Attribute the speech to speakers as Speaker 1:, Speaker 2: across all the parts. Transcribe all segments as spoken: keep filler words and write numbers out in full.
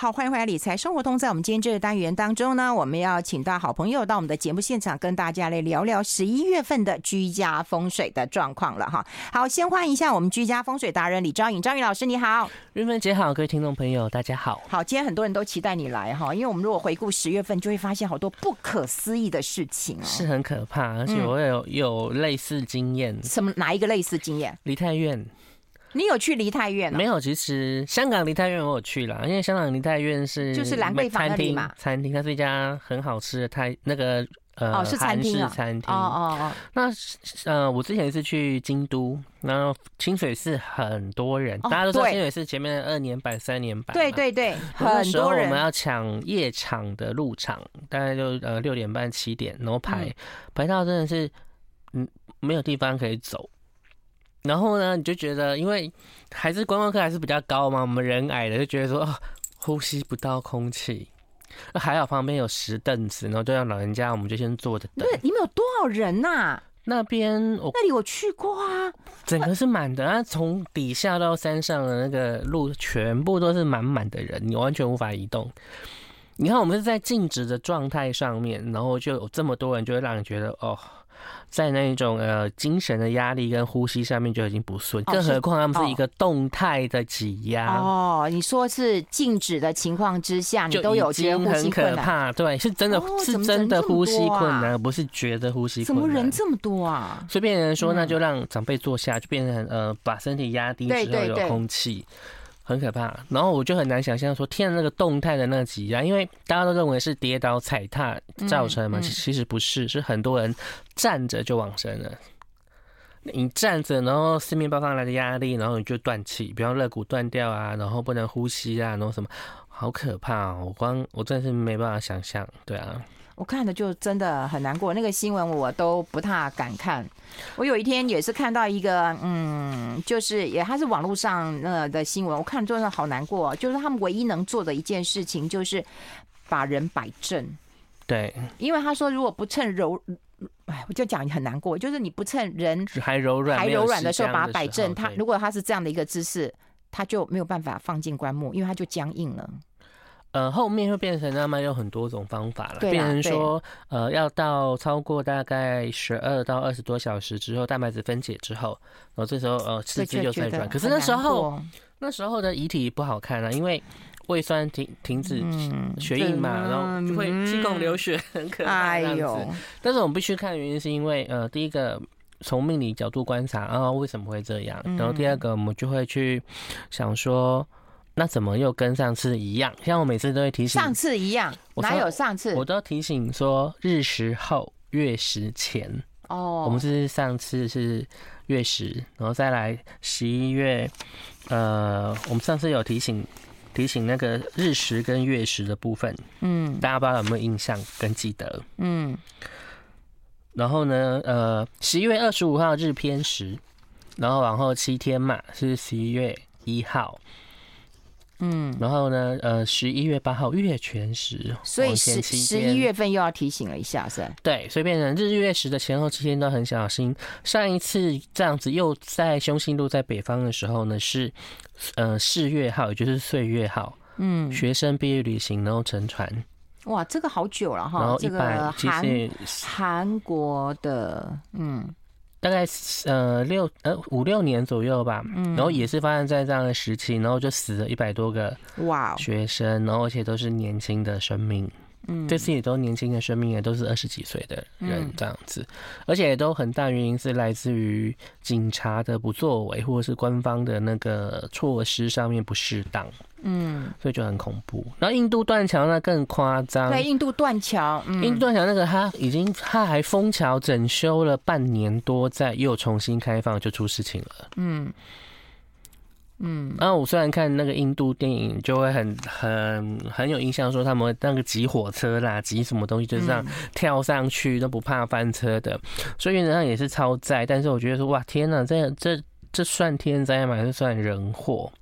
Speaker 1: 好，欢迎回来理财生活通。在我们今天这个单元当中呢，我们要请到好朋友到我们的节目现场，跟大家来聊聊十一月份的居家风水的状况了哈。好，先欢迎一下我们居家风水达人李昭颖，昭颖老师你好。
Speaker 2: 云芬姐好，各位听众朋友大家好。
Speaker 1: 好，今天很多人都期待你来哈，因为我们如果回顾十月份，就会发现好多不可思议的事情哦，
Speaker 2: 是很可怕，而且我有、嗯、有类似经验。
Speaker 1: 什么？哪一个类似经验？
Speaker 2: 梨泰院。
Speaker 1: 你有去梨泰院、哦？
Speaker 2: 没有，其实香港梨泰院我有去啦，因为香港梨泰院是
Speaker 1: 就是兰桂坊那里嘛，
Speaker 2: 餐厅，它是一家很好吃的泰那个呃
Speaker 1: 哦是餐厅啊，
Speaker 2: 韩式餐厅。
Speaker 1: 哦哦哦。
Speaker 2: 那呃，我之前是去京都，然后清水寺很多人，哦、大家都知道清水寺前面的二年版、三年版。
Speaker 1: 对对对，很多人。那时候
Speaker 2: 我们要抢夜场的入场，大概就呃六点半七点，然后排、嗯、排到真的是嗯没有地方可以走。然后呢，你就觉得，因为还是观光客还是比较高嘛，我们人矮的就觉得说，哦、呼吸不到空气。还好旁边有石凳子，然后就让老人家，我们就先坐着等。
Speaker 1: 对，你们有多少人呐、啊？
Speaker 2: 那边我
Speaker 1: 那里我去过啊，
Speaker 2: 整个是满的。那从底下到山上的那个路，全部都是满满的人，你完全无法移动。你看，我们是在静止的状态上面，然后就有这么多人，就会让你觉得哦。在那种呃精神的压力跟呼吸上面就已经不顺，更何况他们是一个动态的挤压。
Speaker 1: 哦，你说是静止的情况之下，你都有觉得呼吸困难，
Speaker 2: 很可怕。对，是真的、哦、是真的呼吸困难，不是觉得呼吸困难。
Speaker 1: 怎么人这么多啊？
Speaker 2: 所以变成说，那就让长辈坐下，就变成呃把身体压低之后有空气。对对对，很可怕，然后我就很难想象说，天啊，那个动态的那个挤压，因为大家都认为是跌倒踩踏造成嘛，嗯嗯、其实不是，是很多人站着就往生了。你站着，然后四面八方来的压力，然后你就断气，比方肋骨断掉啊，然后不能呼吸啊，然后什么，好可怕哦！我光我真的是没办法想象，对啊。
Speaker 1: 我看的就真的很难过，那个新闻我都不太敢看。我有一天也是看到一个，嗯，就是也他是网络上那的新闻，我看真的好难过。就是他们唯一能做的一件事情，就是把人摆正。
Speaker 2: 对，
Speaker 1: 因为他说如果不趁柔，哎，我就讲很难过，就是你不趁人
Speaker 2: 还柔软
Speaker 1: 还柔软的时候把它摆正，他如果他是这样的一个姿势，他就没有办法放进棺木，因为他就僵硬了。
Speaker 2: 呃，后面会变成他们有很多种方法了，变成说，呃，要到超过大概十二到二十多小时之后，蛋白质分解之后，然后这时候呃四肢就再软。可是那时候那时候的遗体不好看啊，因为胃酸停停止血液嘛，嗯、然后就会气孔流血，很可怕这样子。哎、但是我们必须看原因，是因为呃，第一个从命理角度观察啊、哦，为什么会这样？然后第二个我们就会去想说。那怎么又跟上次一样？像我每次都会提醒，
Speaker 1: 上次一样，哪有上次？
Speaker 2: 我都提醒说日食后、月食前。哦，我们是上次是月食，然后再来十一月，呃，我们上次有提醒提醒那个日食跟月食的部分，嗯，大家不知道有没有印象跟记得？嗯，然后呢，呃，十一月二十五号日偏食，然后往后七天嘛是十一月一号。嗯，然后呢，呃，十一月八号月全食，
Speaker 1: 所以十十一月份又要提醒了一下，是？
Speaker 2: 对，所以变成日月食的前后七天都很小心。上一次这样子又在凶星路在北方的时候呢，是呃四月号，也就是岁月号，嗯，学生毕业旅行然后乘船。哇，
Speaker 1: 这个好久了哈，
Speaker 2: 然后一般其实
Speaker 1: 韩国的，嗯。
Speaker 2: 大概呃六呃五六年左右吧，嗯，然后也是发生在这样的时期，然后就死了一百多个哇学生，然后而且都是年轻的生命，嗯，这次也都年轻的生命，也都是二十几岁的人这样子，嗯，而且也都很大原因是来自于警察的不作为，或者是官方的那个措施上面不适当。嗯，所以就很恐怖。然后印度断桥那更夸张，
Speaker 1: 对，印度断桥，嗯、
Speaker 2: 印度断桥那个他已经他还封桥整修了半年多，再又重新开放就出事情了。嗯嗯，然后我虽然看那个印度电影，就会很很很有印象，说他们那个挤火车啦，挤什么东西就是这样跳上去都不怕翻车的，所以原则上也是超载。但是我觉得说哇天哪，这这这算天灾吗？还是算人祸？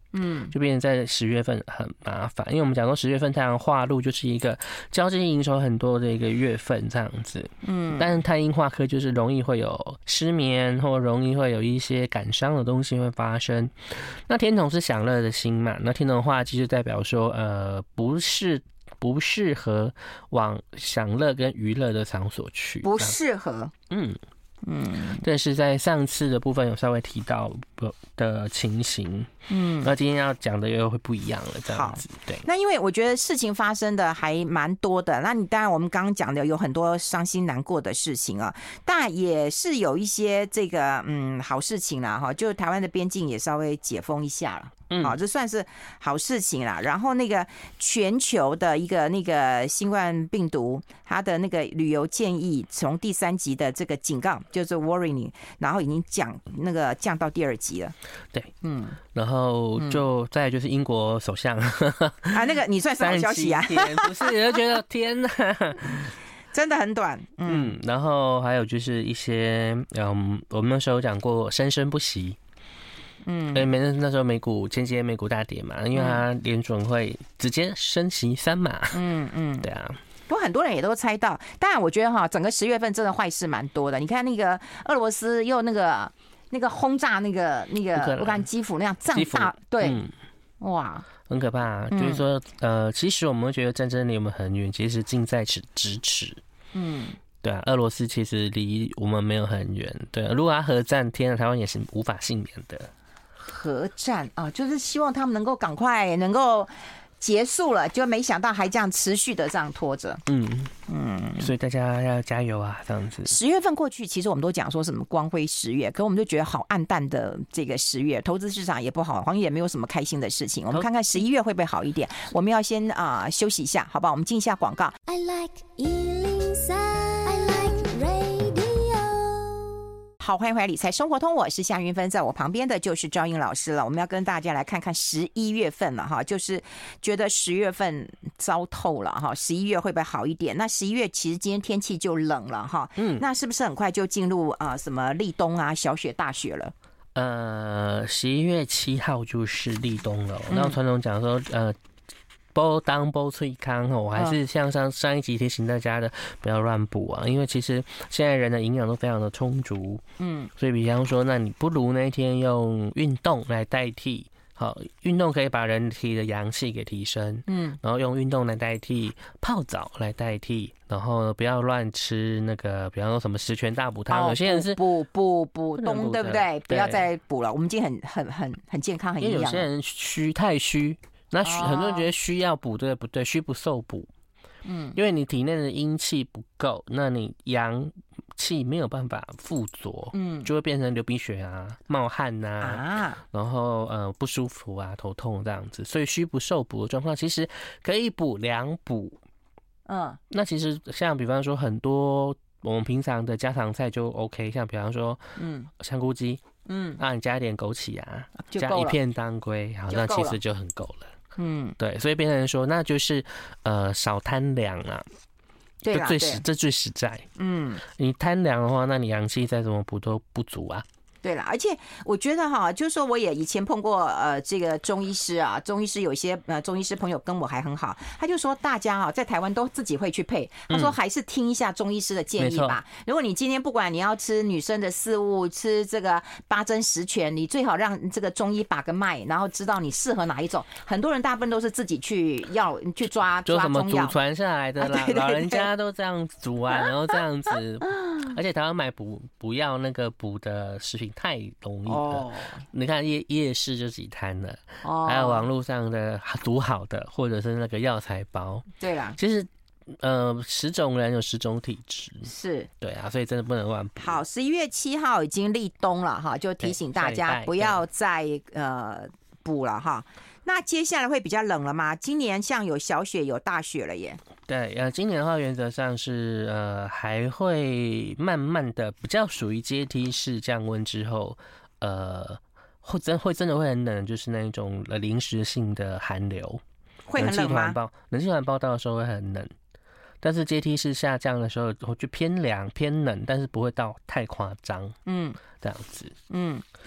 Speaker 2: 嗯，就变成在十月份很麻烦，因为我们讲说十月份太阳化禄就是一个交际应酬很多的一个月份这样子，嗯，但是太阴化科就是容易会有失眠，或容易会有一些感伤的东西会发生。那天同是享乐的星嘛，那天同化忌就代表说，呃，不是不适合往享乐跟娱乐的场所去，
Speaker 1: 不适合，嗯。
Speaker 2: 嗯，这是在上次的部分有稍微提到的情形，嗯，那今天要讲的又会不一样了，这样子，对。
Speaker 1: 那因为我觉得事情发生的还蛮多的，那你当然我们刚刚讲的有很多伤心难过的事情啊，但也是有一些这个嗯好事情啦，哈，就台湾的边境也稍微解封一下了。嗯，好，这算是好事情啦。然后那个全球的一个那个新冠病毒，它的那个旅游建议从第三级的这个警告，就是 warning， 然后已经降那个降到第二级了。
Speaker 2: 对，嗯，然后就再来就是英国首相、嗯、
Speaker 1: 啊，那个你算是好消息啊？
Speaker 2: 不是，我就觉得天哪。
Speaker 1: 真的很短，
Speaker 2: 嗯，嗯，然后还有就是一些，嗯，我们那时候讲过生生不息。嗯，因为那时候美股前几天美股大跌嘛，因为它联准会直接升息三码。嗯嗯，对啊。
Speaker 1: 不过很多人也都猜到，当然我觉得哈，整个十月份真的坏事蛮多的。你看那个俄罗斯又那个那个轰炸那个那个乌克兰基辅那样这样大，对，嗯、哇，
Speaker 2: 很可怕、啊。就是说，呃，其实我们会觉得战争离我们很远，其实近在咫尺。嗯。对啊，俄罗斯其实离我们没有很远。对、啊，如果他核战，天啊，台湾也是无法幸免的。
Speaker 1: 核战啊，就是希望他们能够赶快能够结束了，就没想到还这样持续的这样拖着。嗯
Speaker 2: 嗯，所以大家要加油啊，这样子。
Speaker 1: 十月份过去，其实我们都讲说什么光辉十月，可我们就觉得好暗淡的这个十月，投资市场也不好，好像也没有什么开心的事情。我们看看十一月会不会好一点？我们要先啊、呃、休息一下，好不好？我们进一下广告。I like 一零三。好，欢迎回来理财生活通，我是夏云芬，在我旁边的就是赵英老师了。我们要跟大家来看看十一月份了哈，就是觉得十月份糟透了哈，十一月会不会好一点？那十一月其实今天天气就冷了哈，嗯，那是不是很快就进入啊、呃、什么立冬啊、小雪、大雪了？
Speaker 2: 呃，十一月七号就是立冬了。那传统讲说，呃。包当包脆康哦，我还是像上上一集提醒大家的，不要乱补啊，因为其实现在人的营养都非常的充足，嗯，所以比方说，那你不如那一天用运动来代替，好，运动可以把人体的阳气给提升，嗯，然后用运动来代替泡澡来代替，然后不要乱吃那个，比方说什么十全大补汤，有些人是
Speaker 1: 补补补冬，对不对？不要再补了，我们已经很很很很健康很营养了。
Speaker 2: 因为有些人虚太虚。那很多人觉得虚要补，对不对？虚不受补，嗯，因为你体内的阴气不够，那你阳气没有办法附着，嗯，就会变成流鼻血啊、冒汗呐、啊，然后呃不舒服啊、头痛这样子。所以虚不受补的状况，其实可以补两补，嗯，那其实像比方说很多我们平常的家常菜就 OK， 像比方说，嗯，香菇鸡，嗯，那你加一点枸杞啊，加一片当归，好，那其实就很够了。嗯，对，所以变成说，那就是呃少贪凉啊，
Speaker 1: 对啦，
Speaker 2: 最实这最实在。嗯，你贪凉的话，那你阳气再怎么补都不足啊。
Speaker 1: 对了，而且我觉得哈，就是说我也以前碰过呃这个中医师啊，中医师有些呃中医师朋友跟我还很好，他就说大家啊在台湾都自己会去配，他说还是听一下中医师的建议吧。嗯、如果你今天不管你要吃女生的四物，吃这个八珍十全，你最好让这个中医把个脉，然后知道你适合哪一种。很多人大部分都是自己去要去抓抓中药，
Speaker 2: 就什么祖传下来的啦，啊、对对对，老人家都这样煮啊，然后这样子，而且台湾买补不要那个补的食品。太容易了，哦、你看夜夜市就几摊了，哦、还有网络上的煮好的，或者是那个药材包。
Speaker 1: 对啦，
Speaker 2: 其实呃，十种人有十种体质，
Speaker 1: 是
Speaker 2: 对啊，所以真的不能乱补。
Speaker 1: 好，十一月七号已经立冬了哈，就提醒大家不要再呃补了哈。那接下来会比较冷了吗？今年像有小雪有大雪了耶。
Speaker 2: 对，呃，今年的话原则上是呃还会慢慢的比较属于阶梯式降温之后，呃会真会真的会很冷，就是那种呃临时性的寒流，
Speaker 1: 会很冷吗？
Speaker 2: 冷气团报道的时候会很冷，但是阶梯式下降的时候就偏凉偏冷，但是不会到太夸张，嗯，这样子，嗯。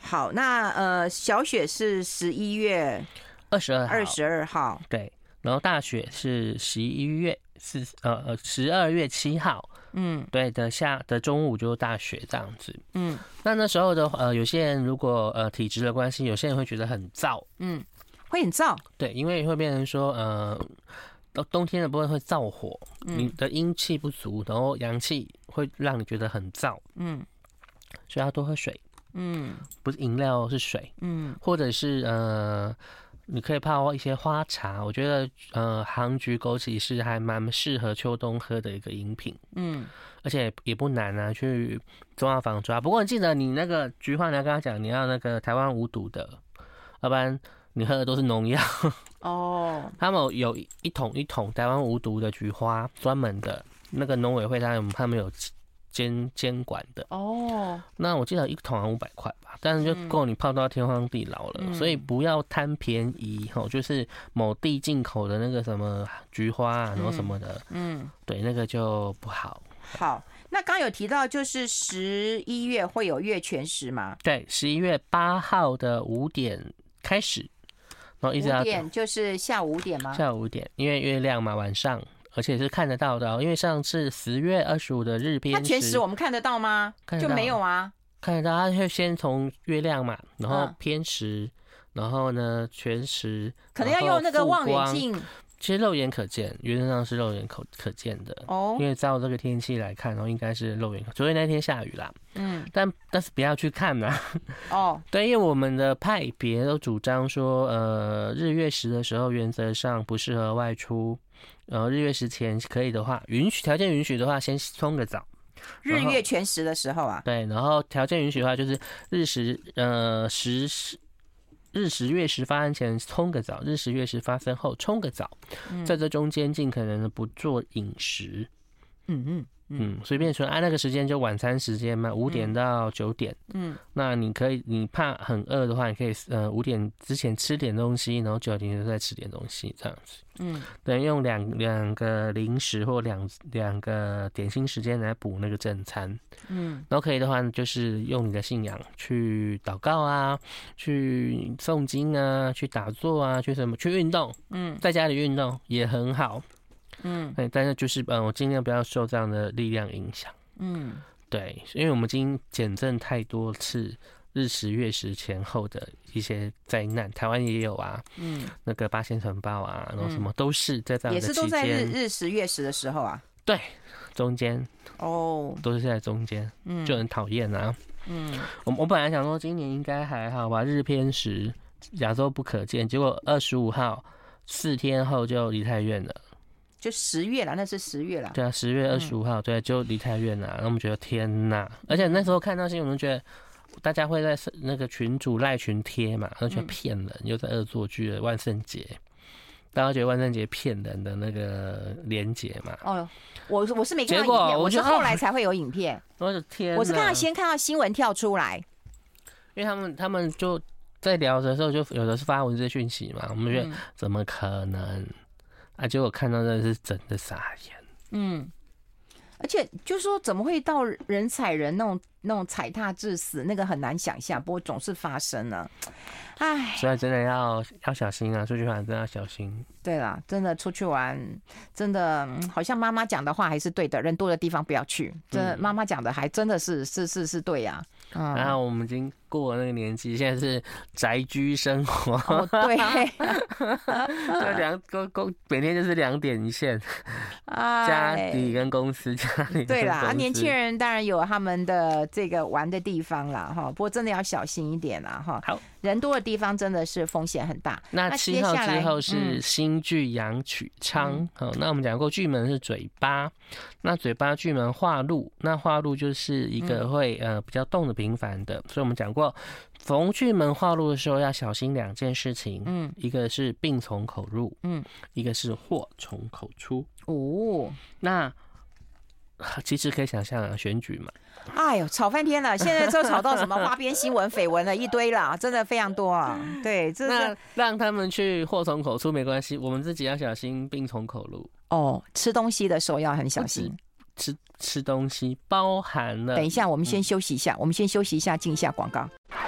Speaker 1: 好，那呃，小雪是十一月
Speaker 2: 二十二
Speaker 1: 二十二号，
Speaker 2: 对，然后大雪是十一月四呃呃十二月七号，嗯，对的下的中午就大雪这样子，嗯，那那时候的呃有些人如果呃体质的关系，有些人会觉得很燥，
Speaker 1: 嗯，会很燥，
Speaker 2: 对，因为会变成说呃。到冬天的部分会燥火，嗯、你的阴气不足，然后阳气会让你觉得很燥，嗯，所以要多喝水，嗯，不是饮料是水，嗯，或者是呃，你可以泡一些花茶，我觉得呃，杭菊枸杞是还蛮适合秋冬喝的一个饮品，嗯，而且也不难啊，去中药房抓。不过你记得你那个菊花，你要跟他讲，你要那个台湾无毒的，要不然你喝的都是农药。哦，他们有一桶一桶台湾无毒的菊花，专门的那个农委会他们他们有监监管的。哦，那我记得一桶好像五百块吧，但是就够你泡到天荒地老了，嗯、所以不要贪便宜哈，就是某地进口的那个什么菊花啊，然后什么的，嗯，对，那个就不好。
Speaker 1: 好，那刚有提到就是十一月会有月全食嘛？
Speaker 2: 对，十一月八号的五点开始。然后一直到
Speaker 1: 五点就是下午五点吗？
Speaker 2: 下午五点，因为月亮嘛，晚上，而且是看得到的、哦。因为上次十月二十五的日偏食，
Speaker 1: 它全食我们看得到吗？看得到就没有啊，
Speaker 2: 看得到。它会先从月亮嘛，然后偏食，嗯、然后呢全食，
Speaker 1: 可能要用那个望远镜。
Speaker 2: 其实肉眼可见，原则上是肉眼可可见的哦。因为照这个天气来看，然后应该是肉眼可见。昨天那天下雨啦，嗯，但但是不要去看啦。哦，对，因为我们的派别都主张说，呃，日月食的时候原则上不适合外出，呃，日月食前可以的话，允许条件允许的话，先冲个澡。
Speaker 1: 日月全食的时候啊，
Speaker 2: 对，然后条件允许的话，就是日食呃食食。日食月食发生前冲个澡，日食月食发生后冲个澡，嗯、在这中间尽可能的不做饮食。嗯嗯嗯，随便说，按、啊、那个时间就晚餐时间嘛，五点到九点。嗯，那你可以，你怕很饿的话，你可以呃五点之前吃点东西，然后九点就再吃点东西，这样子。嗯，等于用两两个零食或两两个点心时间来补那个正餐。嗯，然后可以的话，就是用你的信仰去祷告啊，去诵经啊，去打坐啊，去什么去运动。嗯，在家里运动也很好。嗯，但是就是嗯，我尽量不要受这样的力量影响。嗯，对，因为我们已经检证太多次日食月食前后的一些灾难，台湾也有啊。嗯，那个八仙城堡啊，然后什么都是在这样的期间，
Speaker 1: 也是都在日日食月食的时候啊。
Speaker 2: 对，中间哦，都是在中间，嗯，就很讨厌啊。嗯，我我本来想说今年应该还好吧，日偏食，亚洲不可见，结果二十五号四天后就离太远了。
Speaker 1: 就十月了，那是十月了。
Speaker 2: 对啊，十月二十五号，对，就离太远了。然后我们觉得天哪，而且那时候看到新闻，觉得大家会在那个群组赖群贴嘛，然后觉得骗人，又在恶作剧的万圣节，大家觉得万圣节骗人的那个连结嘛。哦，
Speaker 1: 我我是没看到影片，我是后来才会有影片。
Speaker 2: 我的天，
Speaker 1: 我是看到先看到新闻跳出来，
Speaker 2: 因为他们他们就在聊的时候，就有的是发文字讯息嘛，我们觉得怎么可能？啊！结果看到的是真的傻眼。嗯，
Speaker 1: 而且就说怎么会到人踩人那种那种踩踏致死，那个很难想象，不过总是发生了。唉，
Speaker 2: 所以真的要要小心啊！出去玩真的要小心。
Speaker 1: 对啦，真的出去玩，真的好像妈妈讲的话还是对的，人多的地方不要去。真的，妈妈讲的还真的是是是是对呀、
Speaker 2: 啊。嗯，然后我们已经过了那个年纪，现在是宅居生活。
Speaker 1: 哦、对，
Speaker 2: 就两公公每天就是两点一线，家里跟公司，家里跟公司。
Speaker 1: 对啦，年轻人当然有他们的这个玩的地方啦，哈，不过真的要小心一点啦，哈。
Speaker 2: 好，
Speaker 1: 人多的地方真的是风险很大。
Speaker 2: 那七号之后是新巨阳曲昌，好、嗯，那我们讲过巨门是嘴巴，那嘴巴巨门化禄，那化禄就是一个会、嗯、呃比较动的频繁的，所以我们讲过，逢巨门化禄的时候要小心两件事情，嗯，一个是病从口入，嗯，一个是祸从口出。哦，那其实可以想象啊，选举嘛。
Speaker 1: 哎呦，吵翻天了！现在都吵到什么花边新闻、绯闻了一堆了，真的非常多啊。对，这
Speaker 2: 那让他们去祸从口出没关系，我们自己要小心病从口入。
Speaker 1: 哦，吃东西的时候要很小心。
Speaker 2: 吃吃东西包含了。
Speaker 1: 等一下，我们先休息一下，嗯、我们先休息一下，进一下广告。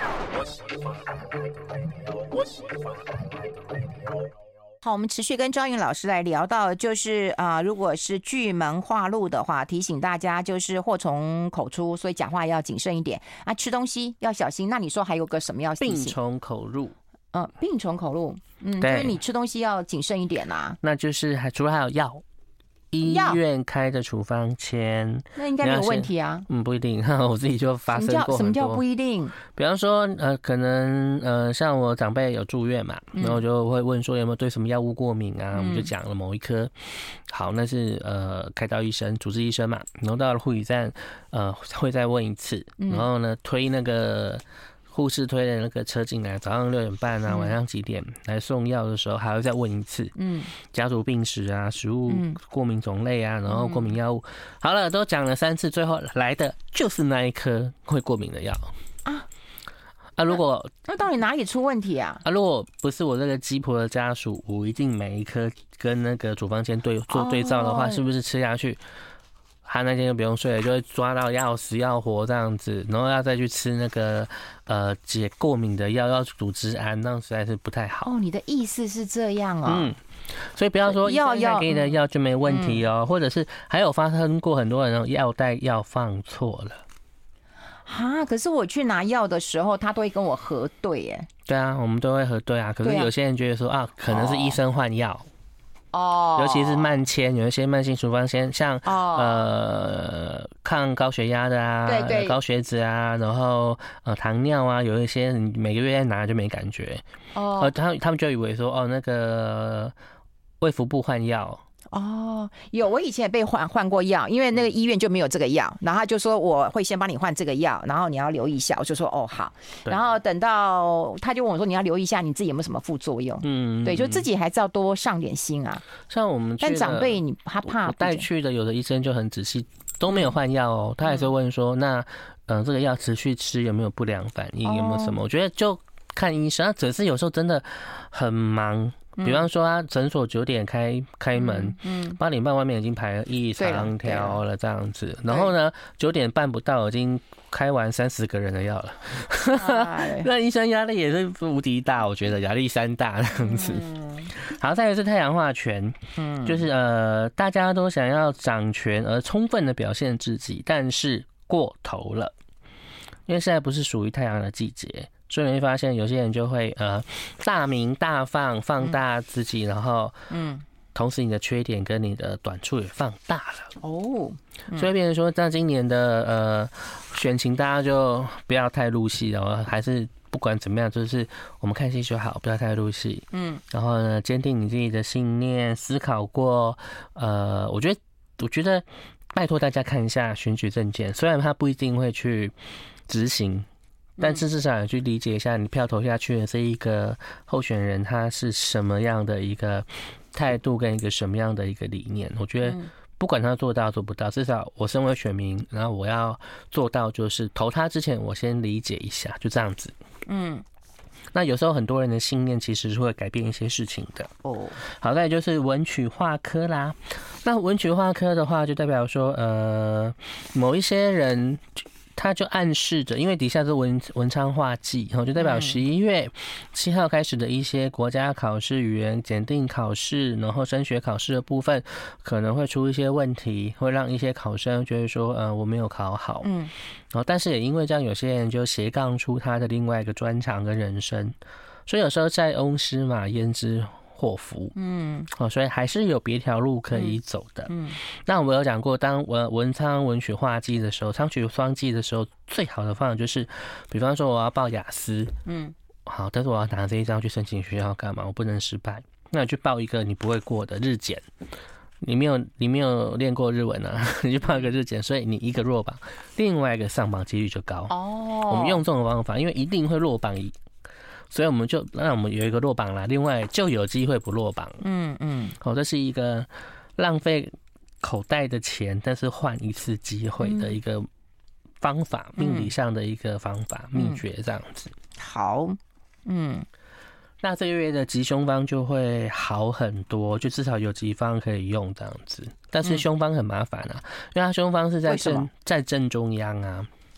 Speaker 1: 好，我们持续跟昭颖老师来聊到，就是啊、呃，如果是巨门化禄的话，提醒大家就是祸从口出，所以讲话要谨慎一点啊，吃东西要小心。那你说还有个什么要提醒？
Speaker 2: 病从口入。
Speaker 1: 嗯、呃，病从口入，嗯，就是你吃东西要谨慎一点啊。
Speaker 2: 那就是还除了还有药。医院开的处方签，
Speaker 1: 那应该没有问题啊。
Speaker 2: 嗯，不一定，我自己就发生过很多。
Speaker 1: 什么叫不一定？
Speaker 2: 比方说，呃，可能呃，像我长辈有住院嘛，然后就会问说有没有对什么药物过敏啊？嗯、我们就讲了某一科。好，那是呃开刀医生、主治医生嘛，然后到了护理站，呃，会再问一次，然后呢推那个。护士推的那个车进来，早上六点半啊，晚上几点来送药的时候，还会再问一次。嗯，家族病史啊，食物过敏种类啊，然后过敏药物，好了，都讲了三次，最后来的就是那一颗会过敏的药啊。啊，如果
Speaker 1: 那, 那到底哪里出问题啊？
Speaker 2: 啊，如果不是我这个鸡婆的家属，我一定每一颗跟那个处方签对做对照的话，哦、是不是吃下去？他那天就不用睡了，就会抓到要死要活这样子，然后要再去吃那个呃解过敏的药，要组织胺，那实在是不太好。
Speaker 1: 哦，你的意思是这样哦。嗯，
Speaker 2: 所以不要说医生给你的药就没问题哦，嗯、或者是还有发生过很多人药袋药放错了。
Speaker 1: 啊，可是我去拿药的时候，他都会跟我核对耶。
Speaker 2: 对啊，我们都会核对啊。可是有些人觉得说 啊, 啊，可能是医生换药。哦，尤其是慢签，有一些慢性处方签，像、哦、呃抗高血压的啊，对对，高血脂啊，然后呃糖尿啊，有一些你每个月拿就没感觉，哦，呃他他们就以为说哦那个卫福部换药。
Speaker 1: 哦，有，我以前也被换换过药，因为那个医院就没有这个药，然后他就说我会先帮你换这个药，然后你要留意一下，我就说哦好，然后等到他就问我说你要留意一下你自己有没有什么副作用，嗯，对，就自己还是要多上点心啊。
Speaker 2: 像我们去
Speaker 1: 但长辈你他怕
Speaker 2: 带去的，有的医生就很仔细，都没有换药哦，他还是问说、嗯、那嗯、呃、这个药持续吃有没有不良反应，有没有什么？哦、我觉得就看医生，只是有时候真的很忙。比方说，他诊所九点开开门，嗯，八点半外面已经排了一长条了这样子。然后呢，九点半不到已经开完三十个人的药了，那医生压力也是无敌大，我觉得压力山大这样子。好，再来是太阳化权，嗯，就是呃，大家都想要掌权而充分的表现自己，但是过头了，因为现在不是属于太阳的季节。所以你会发现有些人就会呃大鸣大放，放大自己，嗯、然后嗯，同时你的缺点跟你的短处也放大了哦，嗯、所以变成说，在今年的呃选情，大家就不要太入戏了，还是不管怎么样，就是我们看戏就好，不要太入戏。嗯，然后呢，坚定你自己的信念，思考过，呃，我觉得，我觉得拜托大家看一下选举政见，虽然他不一定会去执行。但是至少去理解一下，你票投下去的这一个候选人，他是什么样的一个态度跟一个什么样的一个理念？我觉得不管他做到做不到，至少我身为选民，然后我要做到就是投他之前，我先理解一下，就这样子。嗯。那有时候很多人的信念其实是会改变一些事情的哦。好，再来就是文曲化科啦。那文曲化科的话，就代表说，呃，某一些人。它就暗示着，因为底下是文文昌化忌，就代表十一月七号开始的一些国家考试、语言检定考试，然后升学考试的部分，可能会出一些问题，会让一些考生觉得说，呃，我没有考好。嗯，然后但是也因为这样，有些人就斜杠出他的另外一个专长跟人生，所以有时候塞翁失马焉知祸福，嗯，哦，所以还是有别条路可以走的，嗯。那我有讲过，当文文昌文曲化忌的时候，昌曲双忌的时候，最好的方法就是，比方说我要报雅思，嗯，好，但是我要拿这一张去申请学校干嘛？我不能失败，那你去报一个你不会过的日检，你没有你没有练过日文啊，你去报一个日检，所以你一个落榜，另外一个上榜几率就高。哦，我们用这种方法，因为一定会落榜。所以我们就让我们有一个落榜啦，另外就有机会不落榜。嗯嗯，好、哦，这是一个浪费口袋的钱，但是换一次机会的一个方法，嗯、命理上的一个方法、嗯、秘诀这样子。
Speaker 1: 好，嗯，
Speaker 2: 那这个月的吉凶方就会好很多，就至少有吉方可以用这样子。但是凶方很麻烦啊，因为它凶方是在正在正中央啊。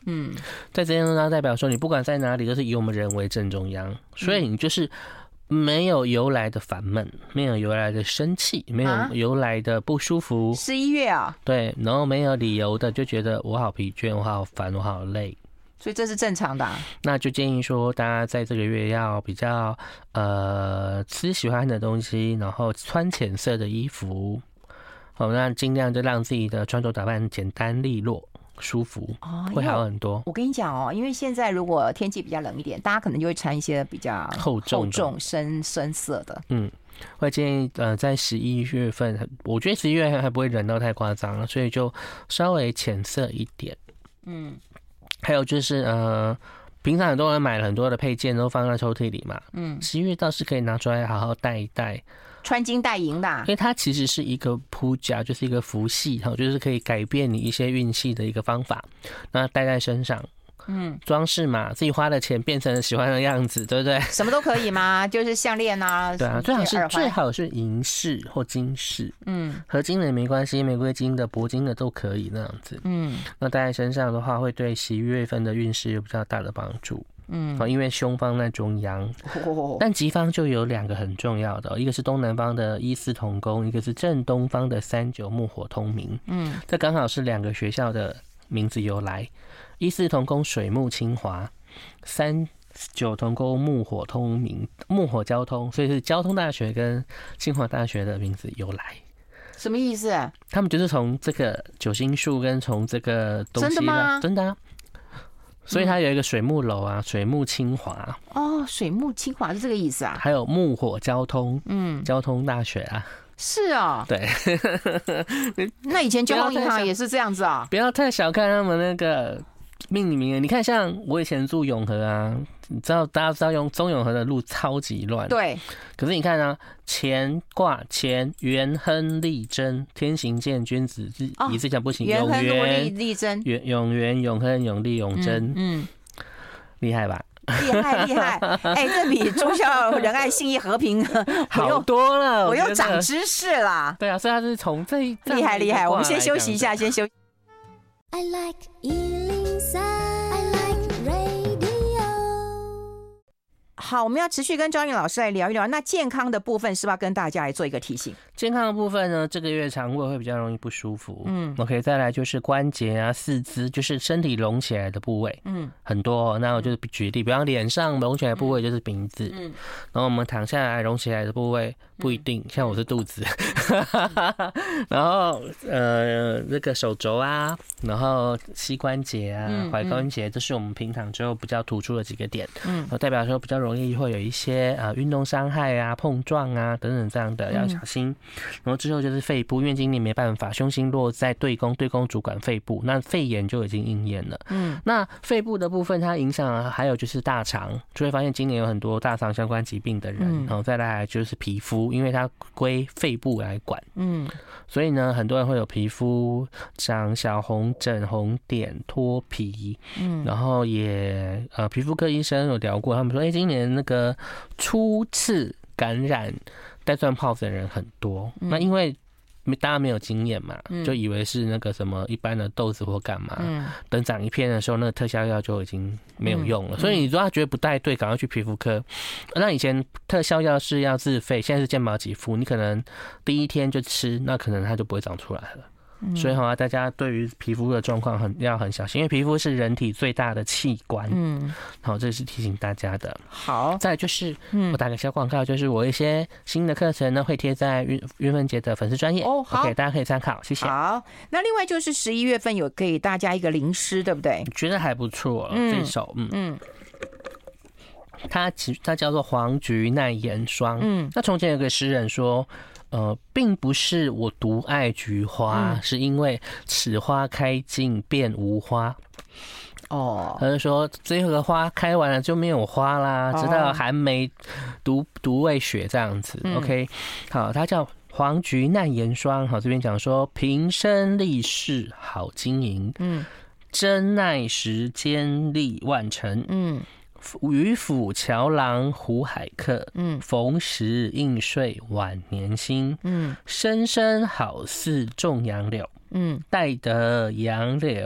Speaker 2: 嗯，在这边呢，代表说你不管在哪里都是以我们人为正中央，所以你就是没有由来的烦闷，没有由来的生气，没有由来的不舒服。
Speaker 1: 十一月啊，
Speaker 2: 对，然后没有理由的就觉得我好疲倦，我好烦，我好累。
Speaker 1: 所以这是正常的、啊，
Speaker 2: 那就建议说，大家在这个月要比较呃吃喜欢的东西，然后穿浅色的衣服，好，那尽量就让自己的穿着打扮简单利落、舒服，哦、会好很多。
Speaker 1: 我跟你讲哦，因为现在如果天气比较冷一点，大家可能就会穿一些比较
Speaker 2: 厚重、厚
Speaker 1: 重深深色的，
Speaker 2: 嗯。会建议呃，在十一月份，我觉得十一月还不会冷到太夸张了，所以就稍微浅色一点，嗯。还有就是呃，平常很多人买了很多的配件都放在抽屉里嘛，嗯，十一月倒是可以拿出来好好戴一戴，
Speaker 1: 穿金戴银的、啊，
Speaker 2: 因为它其实是一个铺甲，就是一个符系，就是可以改变你一些运气的一个方法，那戴在身上。嗯，装饰嘛，自己花的钱变成喜欢的样子，对不对？
Speaker 1: 什么都可以吗？就是项链啊，
Speaker 2: 对啊，最好是最好是银饰或金饰，嗯，合金的也没关系，玫瑰金的、铂金的都可以那样子，嗯，那戴在身上的话，会对十一月份的运势有比较大的帮助，嗯，因为凶方在中央，哦、但吉方就有两个很重要的，一个是东南方的一四同宫，一个是正东方的三九木火通明，嗯，这刚好是两个学校的名字由来。一四同宫水木清华，三九同宫木火通明，木火交通，所以是交通大学跟清华大学的名字由来。
Speaker 1: 什么意思、啊？
Speaker 2: 他们就是从这个九星术跟从这个东西，
Speaker 1: 真的吗？
Speaker 2: 真的啊。所以它有一个水木楼啊，水木清华。
Speaker 1: 哦，水木清华是这个意思啊。
Speaker 2: 还有木火交通，嗯，交通大学啊。
Speaker 1: 是啊、哦，
Speaker 2: 对，
Speaker 1: 那以前交通银行也是这样子啊。
Speaker 2: 不要太小看他们那个命理名人，你看，像我以前住永和啊，你知道大家知道用中永和的路超级乱，
Speaker 1: 对。
Speaker 2: 可是你看啊，乾卦乾元亨利贞，天行健，君子以自强不息。
Speaker 1: 元亨利利贞，
Speaker 2: 永元永亨永利永贞，嗯，厉害吧？
Speaker 1: 厉害厉害，哎、欸，这比忠孝仁爱信义和平
Speaker 2: 好多了，
Speaker 1: 我又长知识啦。
Speaker 2: 对啊，所以他是从这一
Speaker 1: 厉害厉害，我们先休息一下，先休息。
Speaker 3: I like 一零三 I like radio。
Speaker 1: 好，我们要持续跟昭颖老师来聊一聊，那健康的部分是不是要跟大家来做一个提醒？
Speaker 2: 健康的部分呢，这个月肠胃会比较容易不舒服。嗯 ，OK， 再来就是关节啊、四肢，就是身体隆起来的部位，嗯，很多、哦。那我就举例，比方脸上隆起来的部位就是鼻子，嗯，然后我们躺下来隆起来的部位不一定，嗯、像我是肚子，然后呃那个手肘啊，然后膝关节啊、踝关节，这是我们平躺之后比较突出的几个点，嗯，代表说比较容易会有一些呃运动伤害啊、碰撞啊等等这样的，要小心。然后之后就是肺部，因为今年没办法，凶星落在对宫，对宫主管肺部，那肺炎就已经应验了。嗯，那肺部的部分，它影响还有就是大肠，就会发现今年有很多大肠相关疾病的人。嗯，然后再来就是皮肤，因为它归肺部来管。嗯，所以呢，很多人会有皮肤长小红疹、红点、脱皮。嗯，然后也呃，皮肤科医生有聊过，他们说，哎、欸，今年那个初次感染带状疱疹的人很多，嗯、那因为大家没有经验嘛，嗯、就以为是那个什么一般的痘子或干嘛，嗯、等长一片的时候，那个特效药就已经没有用了。嗯、所以你如果他觉得不太对，赶快去皮肤科。那以前特效药是要自费，现在是健保给付，你可能第一天就吃，那可能它就不会长出来了。所以哈，大家对于皮肤的状况很要很小心，因为皮肤是人体最大的器官。嗯，好，这是提醒大家的。
Speaker 1: 好，
Speaker 2: 再来就是，我打个小广告，就是我一些新的课程呢会贴在云云芬姐的粉丝专页哦，好， OK， 大家可以参考，谢谢。
Speaker 1: 好，那另外就是十一月份有给大家一个灵诗，对不对？
Speaker 2: 觉得还不错，嗯、这首，嗯嗯。它其它叫做黄菊耐盐霜。嗯，那从前有个诗人说，呃，并不是我独爱菊花，嗯、是因为此花开尽便无花。哦，他就说这个花开完了就没有花啦，直到寒梅独独未雪这样子。嗯、OK， 好，它叫黄菊耐盐霜。好，这边讲说平生立世好经营，嗯，真耐时间力万成，嗯。渔府桥郎湖海客，嗯，逢时应睡晚年心，嗯，深深好似种杨柳，嗯，待得杨柳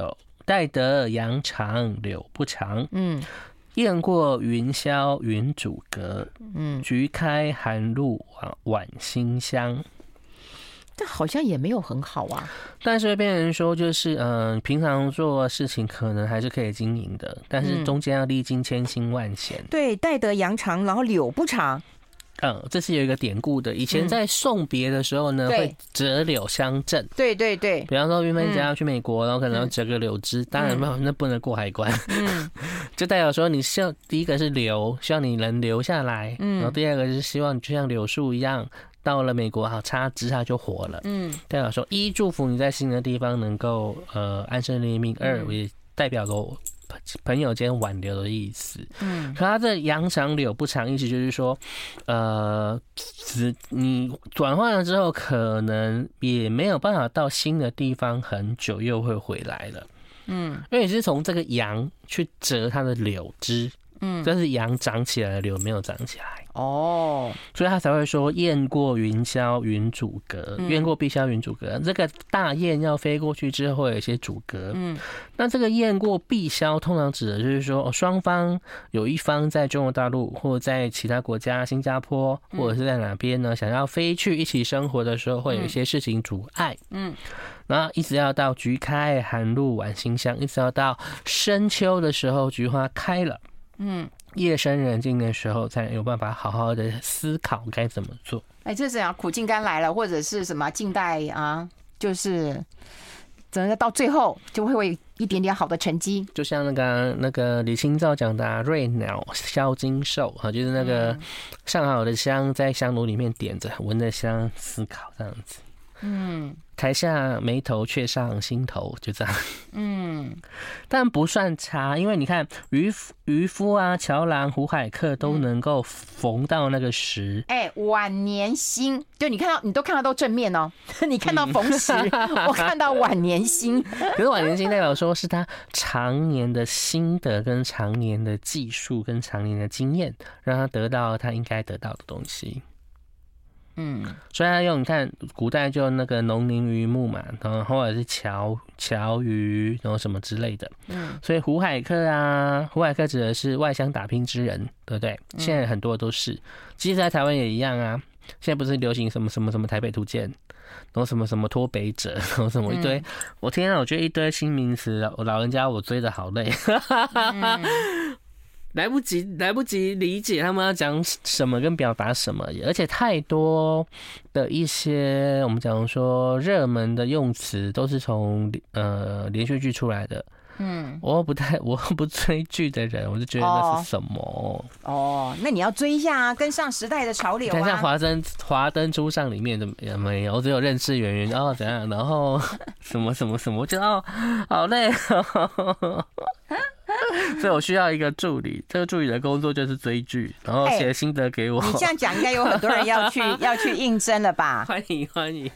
Speaker 2: 待得阳长柳不长。
Speaker 1: 嗯，
Speaker 2: 雁过云霄云阻隔。
Speaker 1: 嗯，
Speaker 2: 菊开寒露晚馨香。
Speaker 1: 这好像也没有很好啊。
Speaker 2: 但是会变成说，就是嗯、呃，平常做事情可能还是可以经营的，但是中间要历经千辛万险。
Speaker 1: 嗯、对，待得阳长，然后柳不长。
Speaker 2: 嗯，这是有一个典故的。以前在送别的时候呢，嗯、会折柳相赠。
Speaker 1: 对对对，
Speaker 2: 比方说云芬姐要去美国，嗯、然后可能要折个柳枝，嗯、当然那不能过海关。嗯，就代表说你希望第一个是留，希望你能留下来。嗯，然后第二个是希望你就像柳树一样。到了美国，好插枝它就活了。嗯，代表说一祝福你在新的地方能够呃安身立命，二也代表了朋友间挽留的意思。嗯，可它的扬长柳不长，意思就是说，呃，只你转换了之后，可能也没有办法到新的地方很久，又会回来了。嗯，因为你是从这个杨去折它的柳枝。嗯，这是杨长起来的柳没有长起来哦，所以他才会说雁过云霄云阻隔，雁、嗯、过碧霄云阻隔。这个大雁要飞过去之后会有一些阻隔，嗯，那这个雁过碧霄通常指的就是说，双方有一方在中国大陆或者在其他国家，新加坡或者是在哪边呢，想要飞去一起生活的时候，会有一些事情阻碍，嗯。然后一直要到菊开寒露晚馨香，一直要到深秋的时候，菊花开了。嗯，夜深人静的时候才有办法好好的思考该怎么做。
Speaker 1: 哎，这是啊，苦尽甘来了，或者是什么近代啊，就是真的到最后就会有一点点好的成绩。
Speaker 2: 就像那个那个李清照讲的、啊“瑞鸟消金兽”哈，就是那个上好的香在香炉里面点着，闻着香思考这样子。嗯，台下眉头却上心头，就这样。嗯，但不算差，因为你看渔渔夫啊、乔郎、胡海客都能够缝到那个时。
Speaker 1: 哎、欸，晚年兴，就你看到你都看到都正面哦。你看到逢时，嗯、我看到晚年兴。
Speaker 2: 可是晚年兴代表说是他常年的心得、跟常年的技术、跟常年的经验，让他得到他应该得到的东西。嗯，所以他用你看古代就那个农林渔牧嘛，然后或者是樵樵渔，然后什么之类的。嗯，所以胡海客啊，胡海客指的是外乡打拼之人，对不对？现在很多都是，其实在台湾也一样啊。现在不是流行什么什么什么台北图鉴，然后什么什么脱北者，然后什么一堆，嗯、我天啊，我觉得一堆新名词，我老人家我追得好累。嗯来不及，来不及理解他们要讲什么跟表达什么，而且太多的一些我们讲说热门的用词都是从呃连续剧出来的。嗯，我不太我不追剧的人，我就觉得那是什么？哦，
Speaker 1: 哦那你要追一下啊，跟上时代的潮流啊。
Speaker 2: 看像华灯华灯初上里面的也没有，我只有认识演员哦怎样，然后什么什么什么，我觉得哦好累哦。所以我需要一个助理，这个助理的工作就是追剧，然后写心得给我。
Speaker 1: 欸、你这样讲，应该有很多人要去要去应征了吧？
Speaker 2: 欢迎欢迎。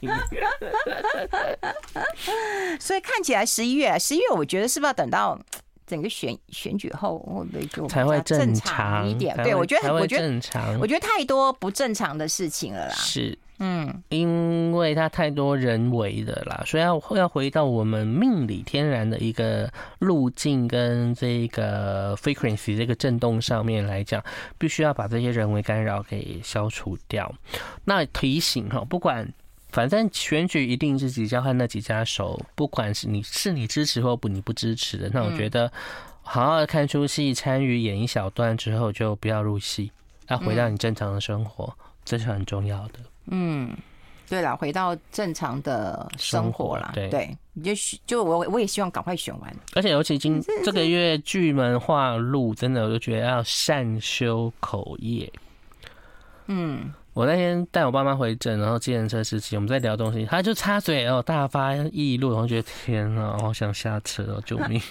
Speaker 1: 所以看起来十一月，十一月，我觉得是不是要等到整个选选举后，会不会就
Speaker 2: 才会正常
Speaker 1: 一点？对，我觉得，我觉得
Speaker 2: 正常，
Speaker 1: 我觉得太多不正常的事情了啦。
Speaker 2: 是。嗯，因为它太多人为的啦，所以要要回到我们命理天然的一个路径跟这个 frequency 这个震动上面来讲，必须要把这些人为干扰给消除掉。那提醒哈，不管反正选举一定是几家和那几家手，不管是你是你支持或不你不支持的，那我觉得好好的看出戏，参与演一小段之后就不要入戏，要回到你正常的生活，嗯、这是很重要的。
Speaker 1: 嗯，对了，回到正常的生活啦，
Speaker 2: 对，
Speaker 1: 对，就就我我也希望赶快选完，
Speaker 2: 而且尤其今这个月巨门化禄，真的我就觉得要善修口业。嗯，我那天带我爸妈回诊，然后计程车司机我们在聊东西，他就插嘴哦，大发议论，我觉得天啊，好想下车哦，救命！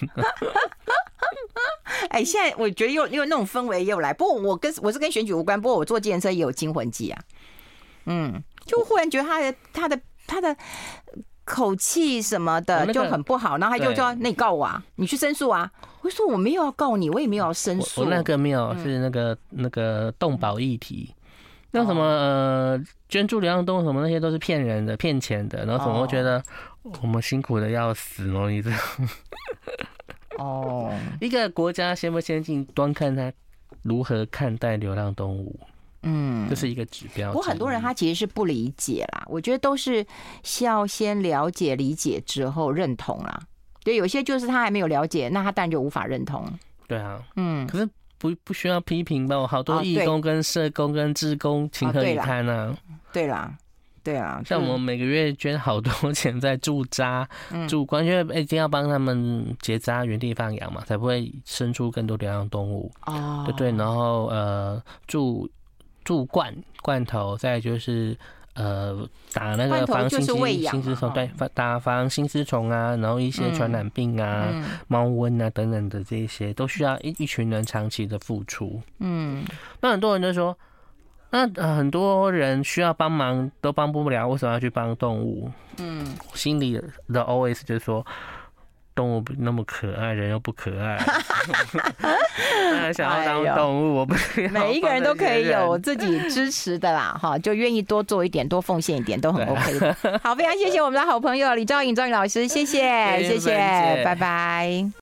Speaker 1: 哎、欸，现在我觉得又又那种氛围又来，不过我跟我是跟选举无关，不过我坐计程车也有惊魂记啊。嗯，就忽然觉得他的他的他的口气什么的就很不好，然后他就说：“那你告我啊，你去申诉啊。”我说：“我没有要告你，我也没有要申诉。”
Speaker 2: 我那个没有，是那个、嗯、那个动保议题，那什么呃捐助流浪动物什么那些都是骗人的、骗钱的，然后怎么会觉得我们辛苦的要死哦？你这样。
Speaker 1: 哦，
Speaker 2: 一个国家先不先进，端看它如何看待流浪动物。嗯，这是一个指标。
Speaker 1: 不过很多人他其实是不理解啦，我觉得都是要先了解、理解之后认同啦。对，有些就是他还没有了解，那他当然就无法认同。
Speaker 2: 对啊，嗯，可是不不需要批评吧？好多义工跟社工跟志工情何以堪啊？
Speaker 1: 对啦。对啊，
Speaker 2: 像我们每个月捐好多钱在驻扎、驻关，因为一定要帮他们结扎、原地放养嘛，才不会生出更多流浪动物。哦，对对，然后呃，驻驻罐罐头，再就是呃打那个防心丝心丝虫，对，打防心丝虫啊，然后一些传染病啊、嗯、猫瘟啊等等的这些，都需要一一群人长期的付出。嗯，那很多人就说。那、呃、很多人需要帮忙都帮不了，为什么要去帮动物？嗯，心里的 O S 就是说，动物那么可爱，人又不可爱，想要当动物，我不要。
Speaker 1: 每一个人都可以有自己支持的啦，哈，就愿意多做一点，多奉献一点，都很 OK 的。好，非常谢谢我们的好朋友李兆颖兆颖老师，谢谢，谢谢，拜拜。